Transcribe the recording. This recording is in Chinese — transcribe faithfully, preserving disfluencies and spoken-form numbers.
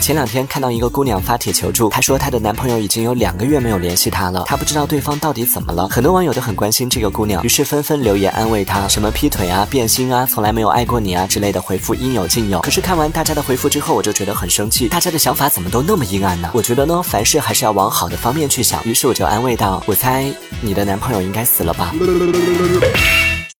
前两天看到一个姑娘发帖求助，她说她的男朋友已经有两个月没有联系她了，她不知道对方到底怎么了。很多网友都很关心这个姑娘，于是纷纷留言安慰她，什么劈腿啊、变心啊、从来没有爱过你啊之类的回复应有尽有。可是看完大家的回复之后，我就觉得很生气，大家的想法怎么都那么阴暗呢？我觉得呢，凡事还是要往好的方面去想。于是我就安慰道，我猜你的男朋友应该死了吧。